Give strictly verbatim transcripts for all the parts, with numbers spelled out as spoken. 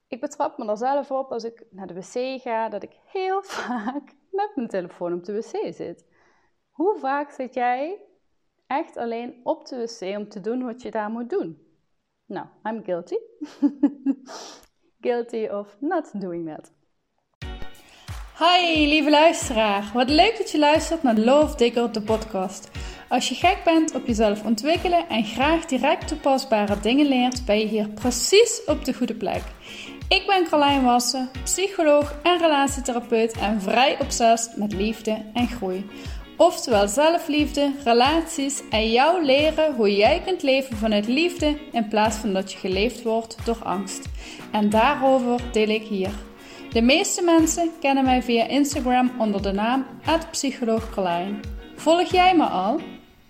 Ik betrap me er zelf op als ik naar de wc ga, dat ik heel vaak met mijn telefoon op de wc zit. Hoe vaak zit jij echt alleen op de wc om te doen wat je daar moet doen? Nou, I'm guilty. Guilty of not doing that. Hi, lieve luisteraar. Wat leuk dat je luistert naar Love Digger, de podcast. Als je gek bent op jezelf ontwikkelen en graag direct toepasbare dingen leert, ben je hier precies op de goede plek. Ik ben Carlijn Wassen, psycholoog en relatietherapeut en vrij obsessief met liefde en groei. Oftewel zelfliefde, relaties en jou leren hoe jij kunt leven vanuit liefde in plaats van dat je geleefd wordt door angst. En daarover deel ik hier. De meeste mensen kennen mij via Instagram onder de naam at psycholoog Carlijn. Volg jij me al?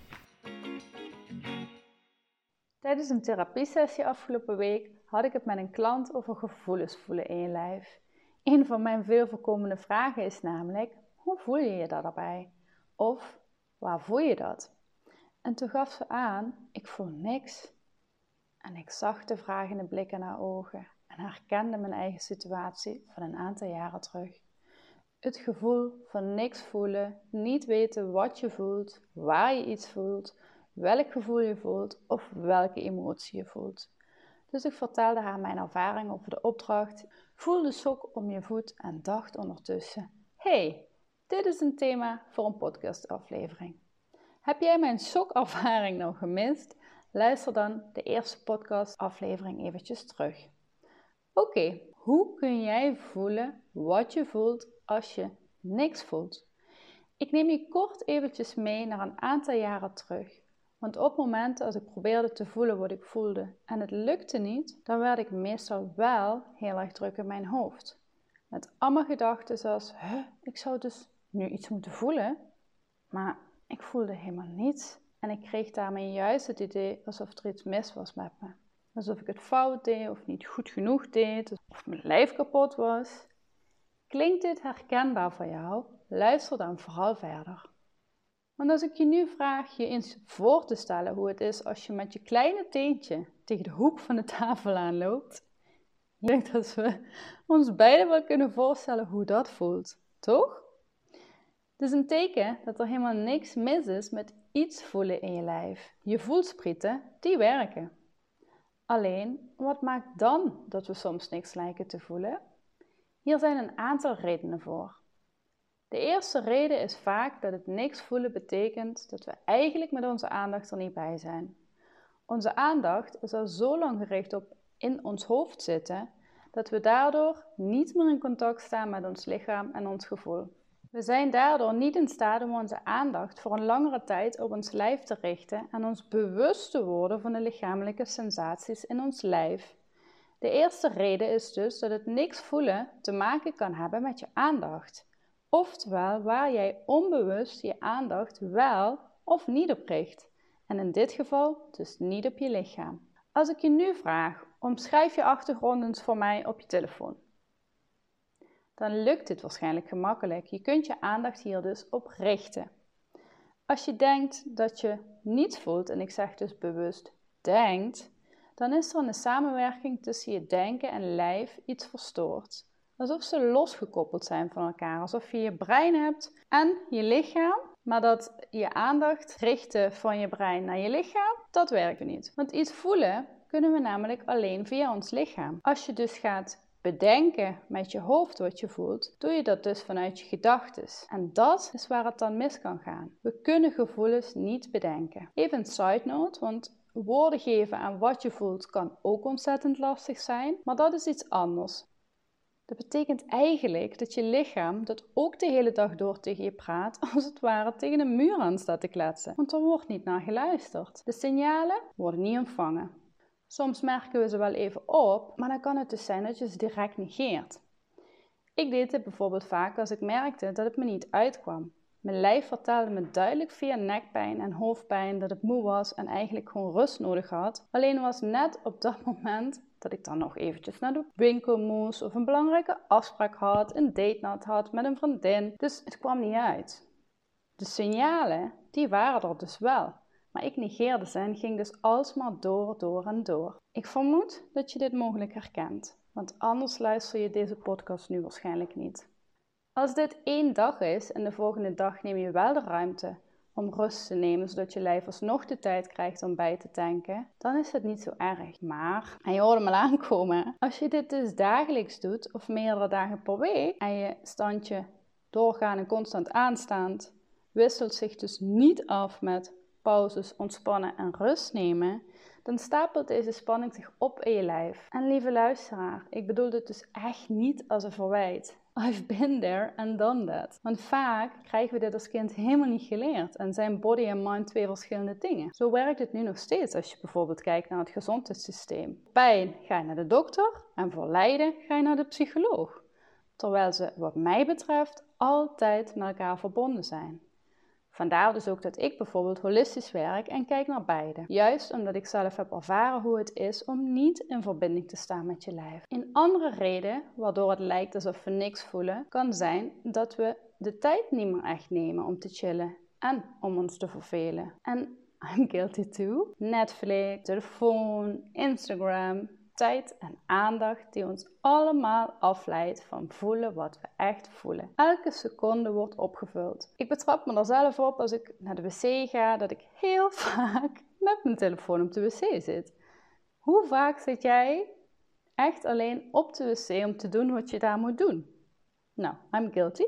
Tijdens een therapiesessie afgelopen week had ik het met een klant over gevoelens voelen in je lijf. Een van mijn veel voorkomende vragen is namelijk, hoe voel je je daarbij? Of, waar voel je dat? En toen gaf ze aan, ik voel niks. En ik zag de vragende blik in haar ogen en herkende mijn eigen situatie van een aantal jaren terug. Het gevoel van niks voelen, niet weten wat je voelt, waar je iets voelt, welk gevoel je voelt of welke emotie je voelt. Dus ik vertelde haar mijn ervaring over de opdracht, voelde sok om je voet en dacht ondertussen, hey, dit is een thema voor een podcastaflevering. Heb jij mijn sokervaring nou gemist? Luister dan de eerste podcastaflevering eventjes terug. Oké, okay, hoe kun jij voelen wat je voelt als je niks voelt? Ik neem je kort eventjes mee naar een aantal jaren terug. Want op momenten als ik probeerde te voelen wat ik voelde en het lukte niet, dan werd ik meestal wel heel erg druk in mijn hoofd. Met allemaal gedachten zoals, huh, ik zou dus nu iets moeten voelen, maar ik voelde helemaal niets. En ik kreeg daarmee juist het idee alsof er iets mis was met me. Alsof ik het fout deed of niet goed genoeg deed, of mijn lijf kapot was. Klinkt dit herkenbaar voor jou? Luister dan vooral verder. Want als ik je nu vraag je eens voor te stellen hoe het is als je met je kleine teentje tegen de hoek van de tafel aanloopt, ik denk dat we ons beiden wel kunnen voorstellen hoe dat voelt, toch? Het is een teken dat er helemaal niks mis is met iets voelen in je lijf. Je voelsprieten, die werken. Alleen, wat maakt dan dat we soms niks lijken te voelen? Hier zijn een aantal redenen voor. De eerste reden is vaak dat het niks voelen betekent dat we eigenlijk met onze aandacht er niet bij zijn. Onze aandacht is al zo lang gericht op in ons hoofd zitten, dat we daardoor niet meer in contact staan met ons lichaam en ons gevoel. We zijn daardoor niet in staat om onze aandacht voor een langere tijd op ons lijf te richten en ons bewust te worden van de lichamelijke sensaties in ons lijf. De eerste reden is dus dat het niks voelen te maken kan hebben met je aandacht. Oftewel waar jij onbewust je aandacht wel of niet op richt. En in dit geval dus niet op je lichaam. Als ik je nu vraag, omschrijf je achtergrond eens voor mij op je telefoon. Dan lukt dit waarschijnlijk gemakkelijk. Je kunt je aandacht hier dus op richten. Als je denkt dat je niets voelt, en ik zeg dus bewust denkt, dan is er een samenwerking tussen je denken en lijf iets verstoord. Alsof ze losgekoppeld zijn van elkaar. Alsof je je brein hebt en je lichaam. Maar dat je aandacht richten van je brein naar je lichaam, dat werkt niet. Want iets voelen kunnen we namelijk alleen via ons lichaam. Als je dus gaat bedenken met je hoofd wat je voelt, doe je dat dus vanuit je gedachten. En dat is waar het dan mis kan gaan. We kunnen gevoelens niet bedenken. Even een side note, want woorden geven aan wat je voelt kan ook ontzettend lastig zijn. Maar dat is iets anders. Dat betekent eigenlijk dat je lichaam dat ook de hele dag door tegen je praat, als het ware tegen een muur aan staat te kletsen. Want er wordt niet naar geluisterd. De signalen worden niet ontvangen. Soms merken we ze wel even op, maar dan kan het dus zijn dat je ze direct negeert. Ik deed dit bijvoorbeeld vaak als ik merkte dat het me niet uitkwam. Mijn lijf vertelde me duidelijk via nekpijn en hoofdpijn dat het moe was en eigenlijk gewoon rust nodig had. Alleen was net op dat moment dat ik dan nog eventjes naar de winkel moest of een belangrijke afspraak had, een date night had met een vriendin. Dus het kwam niet uit. De signalen, die waren er dus wel. Maar ik negeerde ze en ging dus alsmaar door, door en door. Ik vermoed dat je dit mogelijk herkent. Want anders luister je deze podcast nu waarschijnlijk niet. Als dit één dag is en de volgende dag neem je wel de ruimte om rust te nemen, zodat je lijf alsnog de tijd krijgt om bij te tanken, dan is het niet zo erg. Maar, en je hoort hem al aankomen, als je dit dus dagelijks doet of meerdere dagen per week en je standje doorgaan en constant aanstaand wisselt zich dus niet af met pauzes, ontspannen en rust nemen, dan stapelt deze spanning zich op in je lijf. En lieve luisteraar, ik bedoel dit dus echt niet als een verwijt. I've been there and done that. Want vaak krijgen we dit als kind helemaal niet geleerd en zijn body en mind twee verschillende dingen. Zo werkt het nu nog steeds als je bijvoorbeeld kijkt naar het gezondheidssysteem. Pijn ga je naar de dokter en voor lijden ga je naar de psycholoog. Terwijl ze, wat mij betreft, altijd met elkaar verbonden zijn. Vandaar dus ook dat ik bijvoorbeeld holistisch werk en kijk naar beide. Juist omdat ik zelf heb ervaren hoe het is om niet in verbinding te staan met je lijf. Een andere reden waardoor het lijkt alsof we niks voelen, kan zijn dat we de tijd niet meer echt nemen om te chillen en om ons te vervelen. En I'm guilty too. Netflix, telefoon, Instagram, tijd en aandacht die ons allemaal afleidt van voelen wat we echt voelen. Elke seconde wordt opgevuld. Ik betrap me er zelf op als ik naar de wc ga, dat ik heel vaak met mijn telefoon op de wc zit. Hoe vaak zit jij echt alleen op de wc om te doen wat je daar moet doen? Nou, I'm guilty.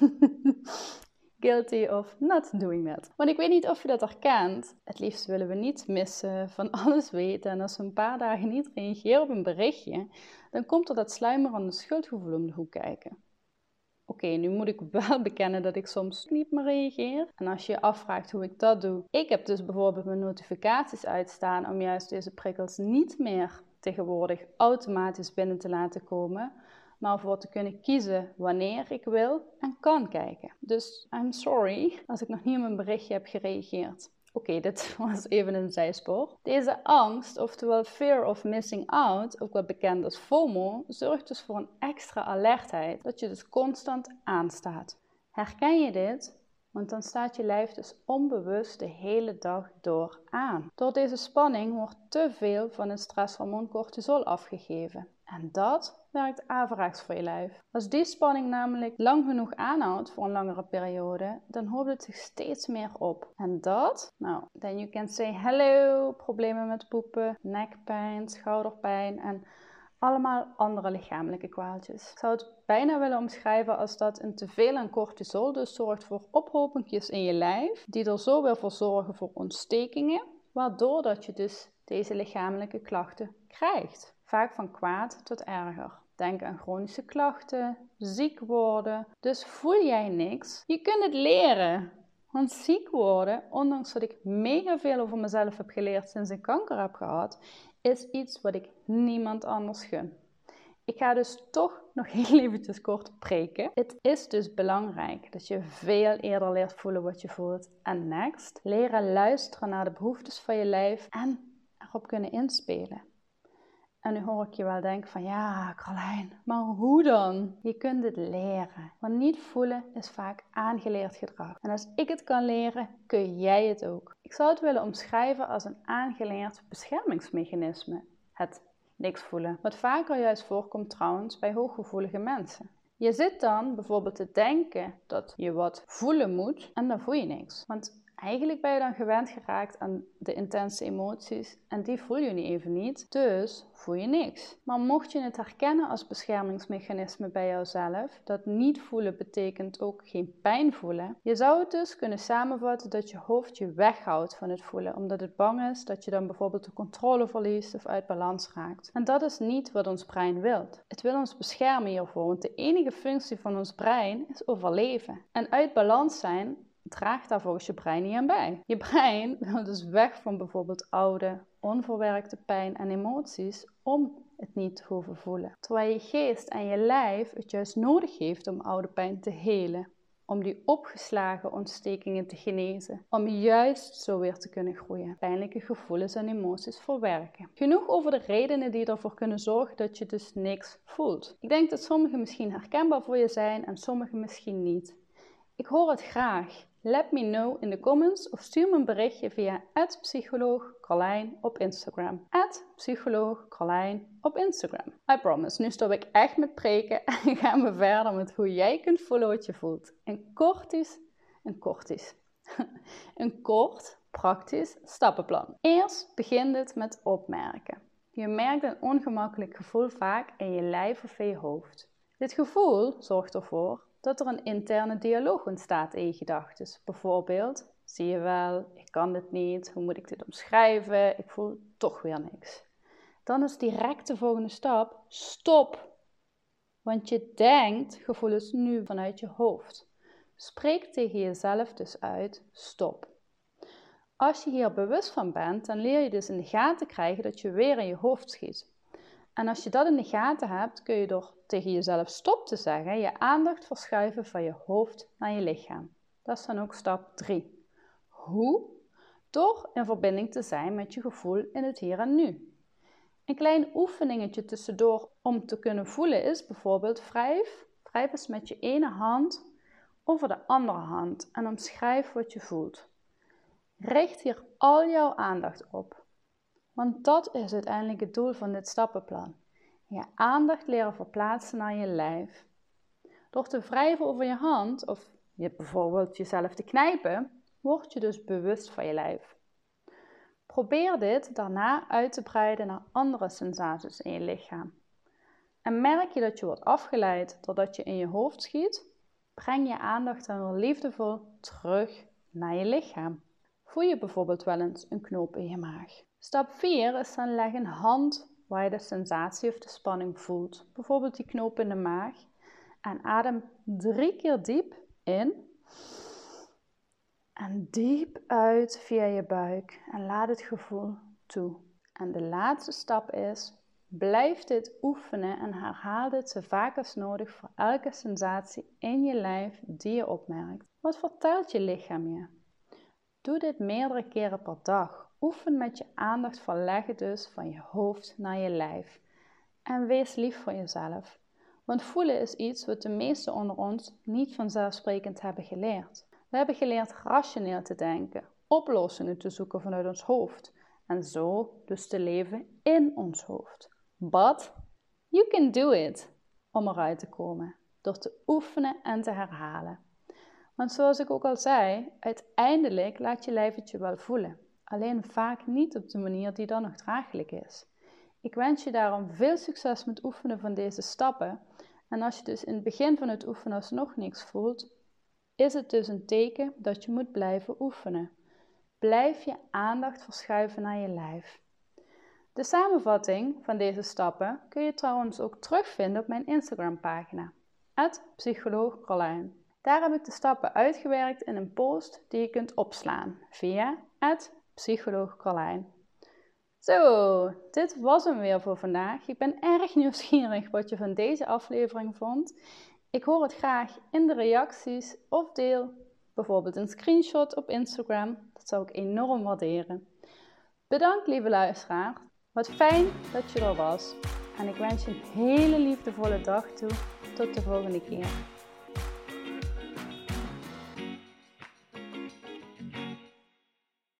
Guilty of not doing that. Want ik weet niet of je dat herkent. Het liefst willen we niet missen, van alles weten. En als we een paar dagen niet reageren op een berichtje, dan komt er dat sluimerende schuldgevoel om de hoek kijken. Oké, okay, nu moet ik wel bekennen dat ik soms niet meer reageer. En als je je afvraagt hoe ik dat doe. Ik heb dus bijvoorbeeld mijn notificaties uitstaan om juist deze prikkels niet meer tegenwoordig automatisch binnen te laten komen, maar ervoor te kunnen kiezen wanneer ik wil en kan kijken. Dus I'm sorry als ik nog niet op een berichtje heb gereageerd. Oké, okay, dit was even een zijspoor. Deze angst, oftewel fear of missing out, ook wel bekend als FOMO, zorgt dus voor een extra alertheid, dat je dus constant aanstaat. Herken je dit? Want dan staat je lijf dus onbewust de hele dag door aan. Door deze spanning wordt te veel van het stresshormoon cortisol afgegeven. En dat werkt averechts voor je lijf. Als die spanning namelijk lang genoeg aanhoudt voor een langere periode, dan hoopt het zich steeds meer op. En dat, nou, then you can say hello, problemen met poepen, nekpijn, schouderpijn en allemaal andere lichamelijke kwaaltjes. Ik zou het bijna willen omschrijven als dat een teveel aan cortisol dus zorgt voor ophopingjes in je lijf, die er zo weer voor zorgen voor ontstekingen, waardoor dat je dus deze lichamelijke klachten krijgt. Vaak van kwaad tot erger. Denk aan chronische klachten, ziek worden. Dus voel jij niks? Je kunt het leren. Want ziek worden, ondanks dat ik mega veel over mezelf heb geleerd sinds ik kanker heb gehad, is iets wat ik niemand anders gun. Ik ga dus toch nog heel eventjes kort preken. Het is dus belangrijk dat je veel eerder leert voelen wat je voelt. En next, leren luisteren naar de behoeftes van je lijf en erop kunnen inspelen. En nu hoor ik je wel denken van ja, Carlijn, maar hoe dan? Je kunt het leren. Want niet voelen is vaak aangeleerd gedrag. En als ik het kan leren, kun jij het ook. Ik zou het willen omschrijven als een aangeleerd beschermingsmechanisme. Het niks voelen. Wat vaker juist voorkomt trouwens bij hooggevoelige mensen. Je zit dan bijvoorbeeld te denken dat je wat voelen moet en dan voel je niks. Want eigenlijk ben je dan gewend geraakt aan de intense emoties en die voel je nu even niet, dus voel je niks. Maar mocht je het herkennen als beschermingsmechanisme bij jouzelf, dat niet voelen betekent ook geen pijn voelen, je zou het dus kunnen samenvatten dat je hoofd je weghoudt van het voelen, omdat het bang is dat je dan bijvoorbeeld de controle verliest of uit balans raakt. En dat is niet wat ons brein wil. Het wil ons beschermen hiervoor, want de enige functie van ons brein is overleven. En uit balans zijn draagt daar volgens je brein niet aan bij. Je brein wil dus weg van bijvoorbeeld oude, onverwerkte pijn en emoties om het niet te hoeven voelen. Terwijl je geest en je lijf het juist nodig heeft om oude pijn te helen. Om die opgeslagen ontstekingen te genezen. Om juist zo weer te kunnen groeien. Pijnlijke gevoelens en emoties verwerken. Genoeg over de redenen die ervoor kunnen zorgen dat je dus niks voelt. Ik denk dat sommige misschien herkenbaar voor je zijn en sommige misschien niet. Ik hoor het graag. Let me know in de comments of stuur me een berichtje via at psycholoog Carlijn op Instagram. at psycholoog Carlijn op Instagram. I promise, nu stop ik echt met preken en gaan we verder met hoe jij kunt voelen wat je voelt. Een kortisch, een kortisch, een kort, praktisch stappenplan. Eerst begint het met opmerken. Je merkt een ongemakkelijk gevoel vaak in je lijf of in je hoofd. Dit gevoel zorgt ervoor dat er een interne dialoog ontstaat in je gedachten. Bijvoorbeeld, zie je wel, ik kan dit niet, hoe moet ik dit omschrijven, ik voel toch weer niks. Dan is direct de volgende stap, stop. Want je denkt gevoelens nu vanuit je hoofd. Spreek tegen jezelf dus uit, stop. Als je hier bewust van bent, dan leer je dus in de gaten krijgen dat je weer in je hoofd schiet. En als je dat in de gaten hebt, kun je door tegen jezelf stop te zeggen, je aandacht verschuiven van je hoofd naar je lichaam. Dat is dan ook stap drie. Hoe? Door in verbinding te zijn met je gevoel in het hier en nu. Een klein oefeningetje tussendoor om te kunnen voelen is bijvoorbeeld wrijf. Wrijf eens met je ene hand over de andere hand en omschrijf wat je voelt. Richt hier al jouw aandacht op. Want dat is uiteindelijk het doel van dit stappenplan. Je aandacht leren verplaatsen naar je lijf. Door te wrijven over je hand, of je bijvoorbeeld jezelf te knijpen, word je dus bewust van je lijf. Probeer dit daarna uit te breiden naar andere sensaties in je lichaam. En merk je dat je wordt afgeleid doordat je in je hoofd schiet, breng je aandacht dan weer liefdevol terug naar je lichaam. Voel je bijvoorbeeld wel eens een knoop in je maag. Stap vier is dan leg een hand waar je de sensatie of de spanning voelt. Bijvoorbeeld die knoop in de maag. En adem drie keer diep in. En diep uit via je buik. En laat het gevoel toe. En de laatste stap is, blijf dit oefenen en herhaal dit zo vaak als nodig voor elke sensatie in je lijf die je opmerkt. Wat vertelt je lichaam je? Doe dit meerdere keren per dag. Oefen met je aandacht verleggen dus van je hoofd naar je lijf. En wees lief voor jezelf. Want voelen is iets wat de meesten onder ons niet vanzelfsprekend hebben geleerd. We hebben geleerd rationeel te denken, oplossingen te zoeken vanuit ons hoofd. En zo dus te leven in ons hoofd. But you can do it om eruit te komen. Door te oefenen en te herhalen. Want zoals ik ook al zei, uiteindelijk laat je lijf het je wel voelen. Alleen vaak niet op de manier die dan nog draaglijk is. Ik wens je daarom veel succes met oefenen van deze stappen. En als je dus in het begin van het oefenen alsnog niks voelt, is het dus een teken dat je moet blijven oefenen. Blijf je aandacht verschuiven naar je lijf. De samenvatting van deze stappen kun je trouwens ook terugvinden op mijn Instagram pagina, at psycholoog Carlijn. Daar heb ik de stappen uitgewerkt in een post die je kunt opslaan via at psycholoog Carlijn. Zo, dit was hem weer voor vandaag. Ik ben erg nieuwsgierig wat je van deze aflevering vond. Ik hoor het graag in de reacties of deel bijvoorbeeld een screenshot op Instagram. Dat zou ik enorm waarderen. Bedankt lieve luisteraar. Wat fijn dat je er was. En ik wens je een hele liefdevolle dag toe. Tot de volgende keer.